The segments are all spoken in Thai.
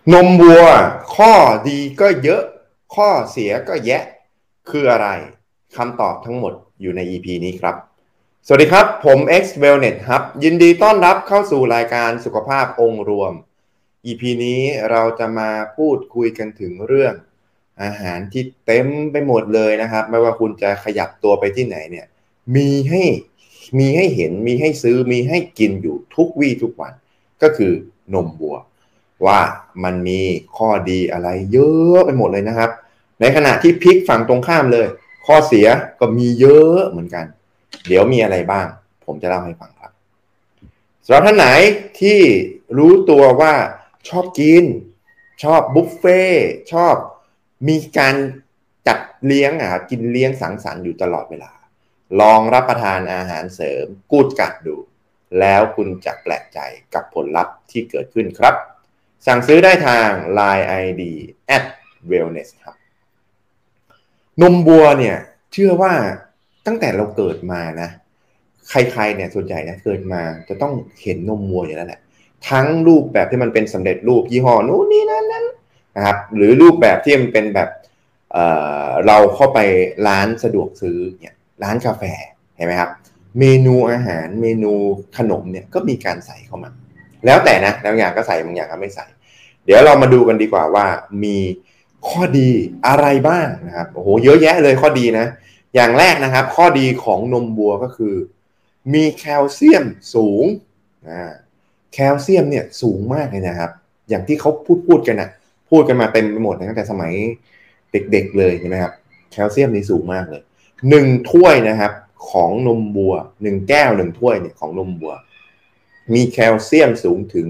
นมวัวข้อดีก็เยอะข้อเสียก็แยะคืออะไรคำตอบทั้งหมดอยู่ใน EP นี้ครับสวัสดีครับผม X Wellness ครับยินดีต้อนรับเข้าสู่รายการสุขภาพองค์รวม EP นี้เราจะมาพูดคุยกันถึงเรื่องอาหารที่เต็มไปหมดเลยนะครับไม่ว่าคุณจะขยับตัวไปที่ไหนเนี่ยมีให้มีให้เห็นมีให้ซื้อมีให้กินอยู่ทุกวี่ทุกวันก็คือนมวัว ว่ามันมีข้อดีอะไรเยอะไปหมดเลยนะครับในขณะที่พลิกฝั่งตรงข้ามเลยข้อเสียก็มีเยอะเหมือนกันเดี๋ยวมีอะไรบ้างผมจะเล่าให้ฟังครับสำหรับท่านไหนที่รู้ตัวว่าชอบกินชอบบุฟเฟ่ชอบมีการจัดเลี้ยงกินเลี้ยงสังสรรค์อยู่ตลอดเวลาลองรับประทานอาหารเสริมกูดกัดดูแล้วคุณจะแปลกใจกับผลลัพธ์ที่เกิดขึ้นครับสั่งซื้อได้ทาง Line ID @wellness ครับนมวัวเนี่ยเชื่อว่าตั้งแต่เราเกิดมานะใครๆเนี่ยส่วนใหญ่นะเกิดมาจะต้องเห็นนมวัวอยู่แล้วแหละทั้งรูปแบบที่มันเป็นสำเร็จรูปยี่ห้อนู้นนี่นั่นนะครับหรือรูปแบบที่มันเป็นแบบเราเข้าไปร้านสะดวกซื้อเนี่ยร้านกาแฟเห็นไหมครับเมนูอาหารเมนูขนมเนี่ยก็มีการใส่เข้ามาแล้วแต่นะบางอย่างก็ใส่บางอย่างก็ไม่ใส่เดี๋ยวเรามาดูกันดีกว่าว่ามีข้อดีอะไรบ้างนะครับโอ้โหเยอะแยะเลยข้อดีนะอย่างแรกนะครับข้อดีของนมวัวก็คือมีแคลเซียมสูงแคลเซียมเนี่ยสูงมากเลยนะครับอย่างที่เขาพูดกันนะพูดกันมาเต็มไปหมดตั้งแต่สมัยเด็กๆเลยใช่ไหมครับแคลเซียมนี่สูงมากเลย1 ถ้วยนะครับของนมวัว1 แก้ว1 ถ้วยเนี่ยของนมวัวมีแคลเซียมสูงถึง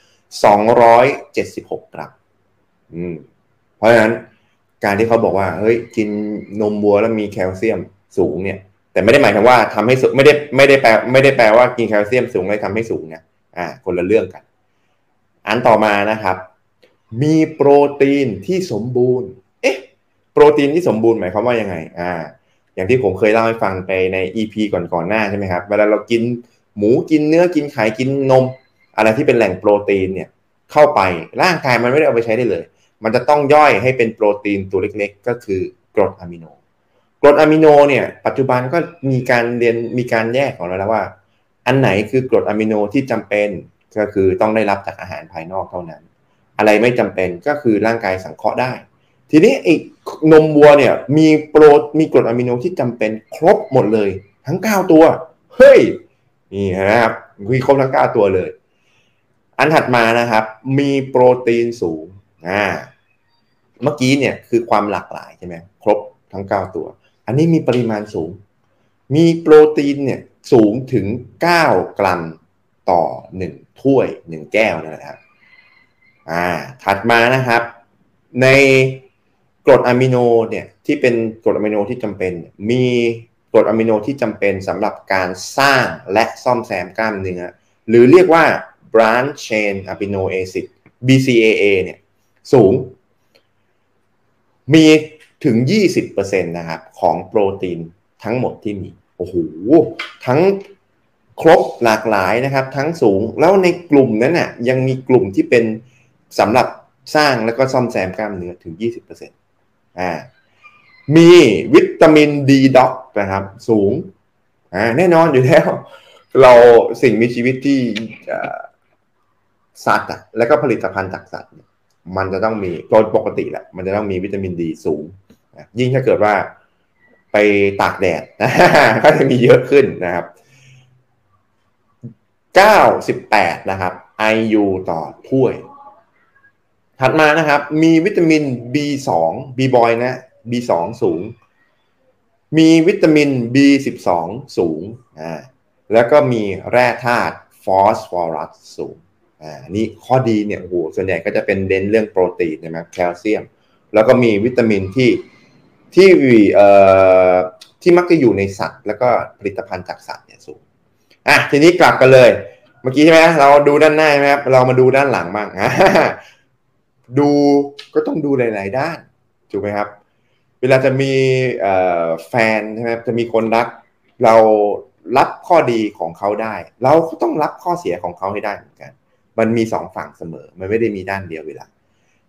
276 กรัมเพราะฉะนั้นการที่เขาบอกว่าเฮ้ยกินนมวัวแล้วมีแคลเซียมสูงเนี่ยแต่ไม่ได้หมายถึงว่าทำให้สูงไม่ได้แปลว่ากินแคลเซียมสูงเลยทำให้สูงนะคนละเรื่องกันอันต่อมานะครับมีโปรตีนที่สมบูรณ์โปรตีนที่สมบูรณ์หมายความว่ายังไงอย่างที่ผมเคยเล่าให้ฟังไปใน EP ก่อนหน้าใช่ไหมครับเวลาเรากินหมูกินเนื้อกินไข่กินนมอะไรที่เป็นแหล่งโปรตีนเนี่ยเข้าไปร่างกายมันไม่ได้เอาไปใช้ได้เลยมันจะต้องย่อยให้เป็นโปรตีนตัวเล็กๆก็คือกรดอะมิโนเนี่ยปัจจุบันก็มีการแยกของเราแล้วว่าอันไหนคือกรดอะมิโนที่จำเป็นก็คือต้องได้รับจากอาหารภายนอกเท่านั้นอะไรไม่จำเป็นก็คือร่างกายสังเคราะห์ได้ทีนี้ไอ้นมวัวเนี่ยมีกรดอะมิโนที่จำเป็นครบหมดเลยทั้ง9 ตัวเฮ้ยนี่นะครับมีครบทั้ง9 ตัวเลยอันถัดมานะครับมีโปรตีนสูงเมื่อกี้เนี่ยคือความหลากหลายใช่ไหมครบทั้ง9 ตัวอันนี้มีปริมาณสูงมีโปรตีนเนี่ยสูงถึง9 กรัมต่อ1 ถ้วย1 แก้วนะครับถัดมานะครับในกรดอะมิโนเนี่ยที่เป็นกรดอะมิโนที่จำเป็นมีกรดอะมิโนที่จำเป็นสำหรับการสร้างและซ่อมแซมกล้ามเนื้อหรือเรียกว่า branch chain amino acid BCAA เนี่ยสูงมีถึง 20% นะครับของโปรตีนทั้งหมดที่มีโอ้โหทั้งครบหลากหลายนะครับทั้งสูงแล้วในกลุ่มนั้นน่ะยังมีกลุ่มที่เป็นสำหรับสร้างแล้วก็ซ่อมแซมกล้ามเนื้อถึง 20%มีวิตามินดีด็อกนะครับสูงแน่นอนอยู่แล้วเราสิ่งมีชีวิตที่สัตว์แล้วก็ผลิตภัณฑ์จากสัตว์มันจะต้องมีโดยปกติแหละมันจะต้องมีวิตามินดีสูงยิ่งถ้าเกิดว่าไปตากแดดก็จะมีเยอะขึ้นนะครับ98นะครับ IU ต่อถ้วยถัดมานะครับมีวิตามิน B2 B-boy นะ B2 สูงมีวิตามิน B12 สูงแล้วก็มีแร่ธาตุฟอสฟอรัสสูงนี่ข้อดีเนี่ยโอ้โหส่วนใหญ่ก็จะเป็นเน้นเรื่องโปรตีนใช่ไหมแคลเซียมแล้วก็มีวิตามินที่ที่มักจะอยู่ในสัตว์แล้วก็ผลิตภัณฑ์จากสัตว์เนี่ยสูงทีนี้กลับกันเลยเมื่อกี้ใช่ไหมเราดูด้านหน้าใช่ไหมครับเรามาดูด้านหลังบ้างดูก็ต้องดูหลายๆด้านถูกไหมครับเวลาจะมีแฟนใช่ไหมจะมีคนรักเรารับข้อดีของเขาได้เราก็ต้องรับข้อเสียของเขาให้ได้เหมือนกันมันมี2 ฝั่งเสมอมันไม่ได้มีด้านเดียวเวลา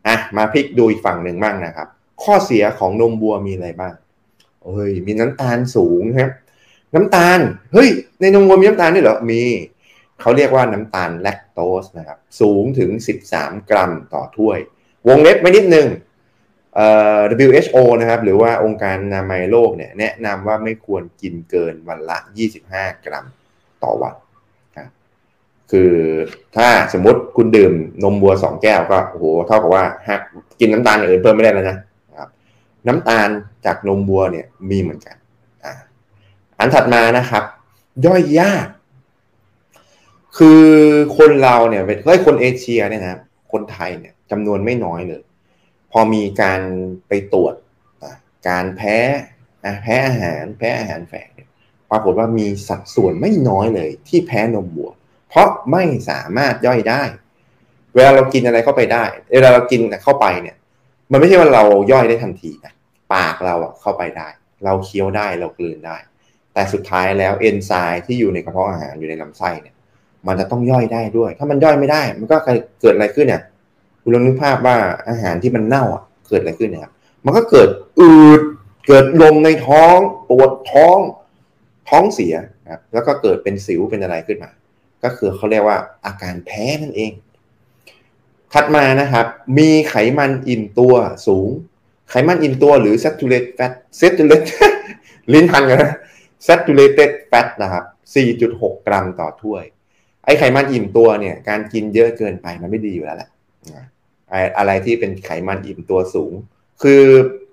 มาพลิกดูอีกฝั่งหนึ่งบ้างนะครับข้อเสียของนมวัวมีอะไรบ้างมีน้ำตาลสูงครับน้ำตาลในนมวัวมีน้ำตาลด้วยเหรอมีเขาเรียกว่าน้ำตาลแลคโตสนะครับสูงถึง13 กรัมต่อถ้วยวงเล็บไว้นิดนึงWHO นะครับหรือว่าองค์การอนามัยโลกเนี่ยแนะนำว่าไม่ควรกินเกินวันละ25 กรัมต่อวันคือถ้าสมมติคุณดื่มนมวัว2 แก้วก็โอ้โหเท่ากับว่าหากกินน้ำตาลอื่นเพิ่มไม่ได้แล้วนะครับน้ำตาลจากนมวัวเนี่ยมีเหมือนกันอันถัดมานะครับย่อยยากคือคนเราเนี่ยคนเอเชียเนี่ยนะคนไทยเนี่ยจำนวนไม่น้อยเลยพอมีการไปตรวจการแพ้อาหารแฝงปรากฏว่ามีสัดส่วนไม่น้อยเลยที่แพ้นมวัวเพราะไม่สามารถย่อยได้เวลาเรากินอะไรเข้าไปได้เวลาเรากินเข้าไปเนี่ยมันไม่ใช่ว่าเราย่อยได้ทันทีนะปากเราเข้าไปได้เราเคี้ยวได้เรากลืนได้แต่สุดท้ายแล้วเอนไซม์ที่อยู่ในกระเพาะอาหารอยู่ในลำไส้เนี่ยมันจะต้องย่อยได้ด้วยถ้ามันย่อยไม่ได้มันก็เกิดอะไรขึ้นเนี่ยคุณลองนึกภาพว่าอาหารที่มันเน่าเกิดอะไรขึ้นเนี่ยมันก็เกิดอืดเกิดลมในท้องปวดท้องเสียนะครับแล้วก็เกิดเป็นสิวเป็นอะไรขึ้นมาก็คือเขาเรียกว่าอาการแพ้นั่นเองถัดมานะครับมีไขมันอิ่มตัวสูงไขมันอิ่มตัวหรือ saturated fat ลิ้นพันกันนะ saturated fat นะครับ 4.6 กรัมต่อถ้วยไอไขมันอิ่มตัวเนี่ยการกินเยอะเกินไปมันไม่ดีอยู่แล้วแหละอะไรที่เป็นไขมันอิ่มตัวสูงคือ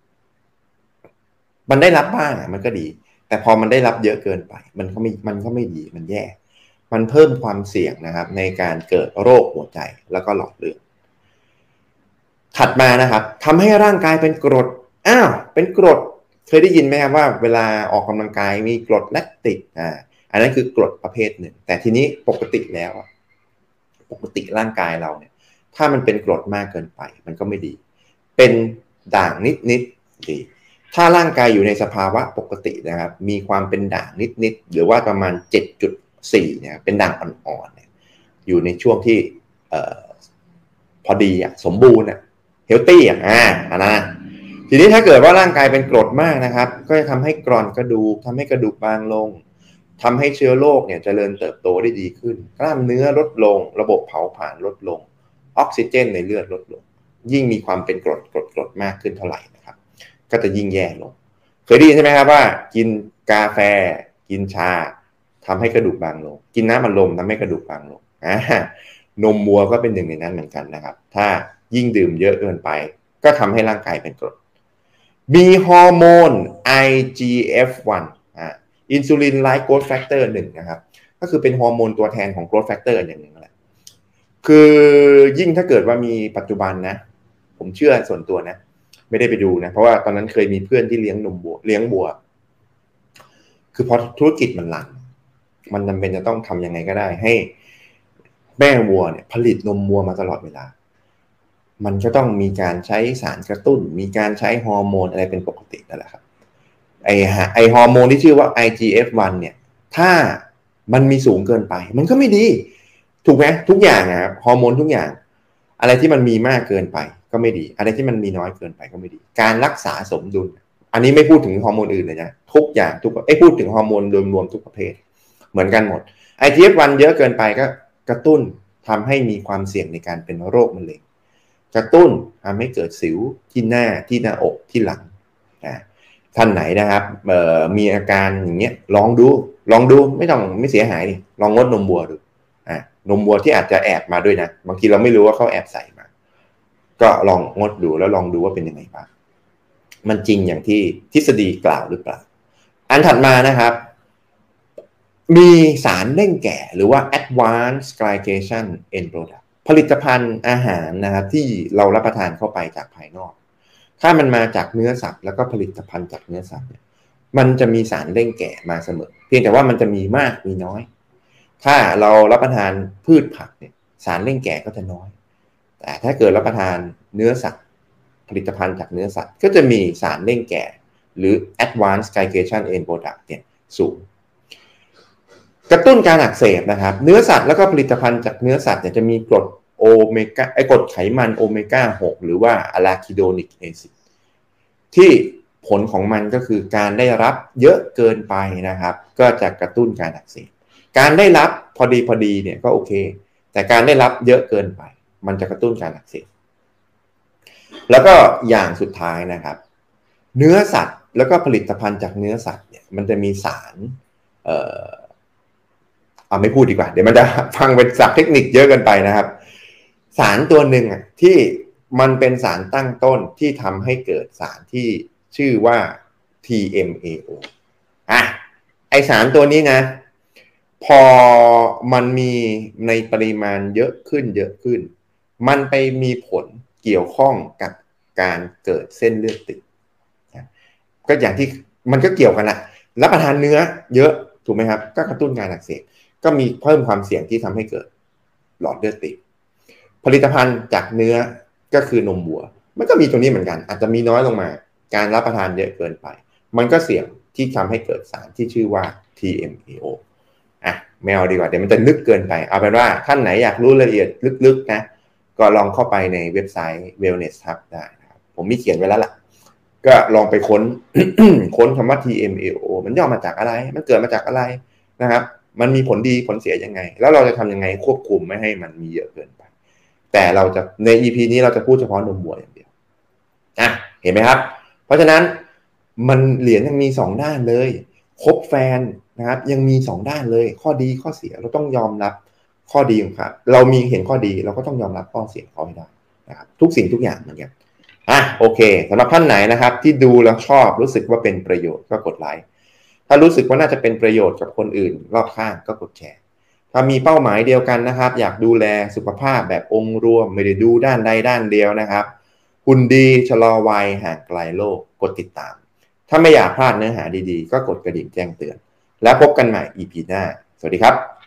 มันได้รับบ้างมันก็ดีแต่พอมันได้รับเยอะเกินไปมันก็ไม่ดีมันแย่มันเพิ่มความเสี่ยงนะครับในการเกิดโรคหัวใจแล้วก็หลอดเลือดถัดมานะครับทำให้ร่างกายเป็นกรดเป็นกรดเคยได้ยินไหมครับว่าเวลาออกกำลังกายมีกรดแลคติกอันนั้นคือกรดประเภทหนึ่งแต่ทีนี้ปกติแล้วปกติร่างกายเราเนี่ยถ้ามันเป็นกรดมากเกินไปมันก็ไม่ดีเป็นด่างนิดดีถ้าร่างกายอยู่ในสภาวะปกตินะครับมีความเป็นด่างนิดหรือว่าประมาณ7.4เนี่ยเป็นด่างอ่อนๆเนี่ยอยู่ในช่วงที่พอดีสมบูรณ์เฮลตี้นะทีนี้ถ้าเกิดว่าร่างกายเป็นกรดมากนะครับก็จะทำให้กร่อนกระดูกทำให้กระดูกบางลงทำให้เชื้อโรคเนี่ยเจริญเติบโตได้ดีขึ้นกล้ามเนื้อลดลงระบบเผาผลาญลดลงออกซิเจนในเลือดลดลงยิ่งมีความเป็นกรดมากขึ้นเท่าไหร่นะครับก็จะยิ่งแย่ลงเคยได้ยินใช่ไหมครับว่ากินกาแฟกินชาทำให้กระดูกบางลงกินน้ำอัดลมทำให้กระดูกบางลงนมวัวก็เป็นหนึ่งในนั้นเหมือนกันนะครับถ้ายิ่งดื่มเยอะเกินไปก็ทำให้ร่างกายเป็นกรดมีฮอร์โมน IGF-1 อินซูลินไลค์โกรทแฟกเตอร์1นะครับก็คือเป็นฮอร์โมนตัวแทนของโกรทแฟกเตอร์อย่างหนึ่งแหละคือยิ่งถ้าเกิดว่ามีปัจจุบันนะผมเชื่อส่วนตัวนะไม่ได้ไปดูนะเพราะว่าตอนนั้นเคยมีเพื่อนที่เลี้ยงวัวคือพอธุรกิจมันหลังมันจำเป็นจะต้องทำยังไงก็ได้ให้แม่วัวเนี่ยผลิตนมวัวมาตลอดเวลามันจะต้องมีการใช้สารกระตุ้นมีการใช้ฮอร์โมนอะไรเป็นปกตินั่นแหละครับไอฮอร์โมนที่ชื่อว่า IGF-1 เนี่ยถ้ามันมีสูงเกินไปมันก็ไม่ดีถูกไหมทุกอย่างนะครับฮอร์โมนทุกอย่างอะไรที่มันมีมากเกินไปก็ไม่ดีอะไรที่มันมีน้อยเกินไปก็ไม่ดีการรักษาสมดุลอันนี้ไม่พูดถึงฮอร์โมนอื่นเลยนะทุกอย่างพูดถึงฮอร์โมนรวมๆทุกประเภทเหมือนกันหมด IGF-1 เยอะเกินไปก็กระตุ้นทำให้มีความเสี่ยงในการเป็นโรคมะเร็งกระตุ้นทำให้เกิดสิวที่หน้าอกที่หลังท่านไหนนะครับมีอาการอย่างเงี้ยลองดูไม่เสียหายดิลองงดนมวัวดูนมวัวที่อาจจะแอบมาด้วยนะบางทีเราไม่รู้ว่าเขาแอบใส่มาก็ลองงดดูแล้วลองดูว่าเป็นยังไงบ้างมันจริงอย่างที่ทฤษฎีกล่าวหรือเปล่าอันถัดมานะครับมีสารเร่งแก่หรือว่า advanced glycation end product ผลิตภัณฑ์อาหารนะครับที่เรารับประทานเข้าไปจากภายนอกถ้ามันมาจากเนื้อสัตว์แล้วก็ผลิตภัณฑ์จากเนื้อสัตว์เนี่ยมันจะมีสารเร่งแก่มาเสมอเพียงแต่ว่ามันจะมีมากมีน้อยถ้าเรารับประทานพืชผักเนี่ยสารเร่งแก่ก็จะน้อยแต่ถ้าเกิดรับประทานเนื้อสัตว์ผลิตภัณฑ์จากเนื้อสัตว์ก็จะมีสารเร่งแก่หรือ advanced glycation end product เนี่ยสูงกระตุ้นการอักเสบนะครับเนื้อสัตว์แล้วก็ผลิตภัณฑ์จากเนื้อสัตว์เนี่ยจะมีกรดโอเมก้ากรดไขมันโอเมก้า6หรือว่าอะลาคิโดนิกแอซิดที่ผลของมันก็คือการได้รับเยอะเกินไปนะครับก็จะกระตุ้นการอักเสบการได้รับพอดีเนี่ยก็โอเคแต่การได้รับเยอะเกินไปมันจะกระตุ้นการอักเสบแล้วก็อย่างสุดท้ายนะครับเนื้อสัตว์แล้วก็ผลิตภัณฑ์จากเนื้อสัตว์เนี่ยมันจะมีสารไม่พูดดีกว่าเดี๋ยวมันจะฟังเป็นศัพท์เทคนิคเยอะเกินไปนะครับสารตัวหนึ่งที่มันเป็นสารตั้งต้นที่ทำให้เกิดสารที่ชื่อว่า TMAO ไอสารตัวนี้นะพอมันมีในปริมาณเยอะขึ้นมันไปมีผลเกี่ยวข้องกับการเกิดเส้นเลือดตีบก็อย่างที่มันก็เกี่ยวกันแหละรับประทานเนื้อเยอะถูกไหมครับก็กระตุ้นการอักเสบก็มีเพิ่มความเสี่ยงที่ทำให้เกิดหลอดเลือดตีบผลิตภัณฑ์จากเนื้อก็คือนมวัวมันก็มีตัวนี้เหมือนกันอาจจะมีน้อยลงมาการรับประทานเยอะเกินไปมันก็เสี่ยงที่ทำให้เกิดสารที่ชื่อว่า TMAO ไม่เอาดีกว่าเดี๋ยวมันจะลึกเกินไปเอาเป็นว่าท่านไหนอยากรู้รายละเอียดลึกๆนะก็ลองเข้าไปในเว็บไซต์ Wellness Hub ได้นะครับผมมีเขียนไว้แล้วล่ะก็ลองไปค้น ค้นคำว่า TMAO มันย่อมาจากอะไรมันเกิดมาจากอะไรนะครับมันมีผลดีผลเสียยังไงแล้วเราจะทำยังไงควบคุมไม่ให้มันมีเยอะเกินไปแต่เราจะใน EP นี้เราจะพูดเฉพาะนมวัวอย่างเดียวเห็นไหมครับเพราะฉะนั้นมันเหรียญยังมี2ด้านเลยคบแฟนนะครับยังมี2ด้านเลยข้อดีข้อเสียเราต้องยอมรับข้อดีของเขาเรามีเห็นข้อดีเราก็ต้องยอมรับข้อเสียเขาให้ได้นะครับทุกสิ่งทุกอย่างเหมือนกันโอเคสำหรับท่านไหนนะครับที่ดูแล้วชอบรู้สึกว่าเป็นประโยชน์ก็กดไลค์ถ้ารู้สึกว่าน่าจะเป็นประโยชน์กับคนอื่นรอบข้างก็กดแชร์ถ้ามีเป้าหมายเดียวกันนะครับอยากดูแลสุขภาพแบบองค์รวมไม่ได้ดูด้านใดด้านเดียวนะครับหุ่นดีชะลอวัยห่างไกลโรคกดติดตามถ้าไม่อยากพลาดเนื้อหาดีๆก็กดกระดิ่งแจ้งเตือนแล้วพบกันใหม่ EP หน้าสวัสดีครับ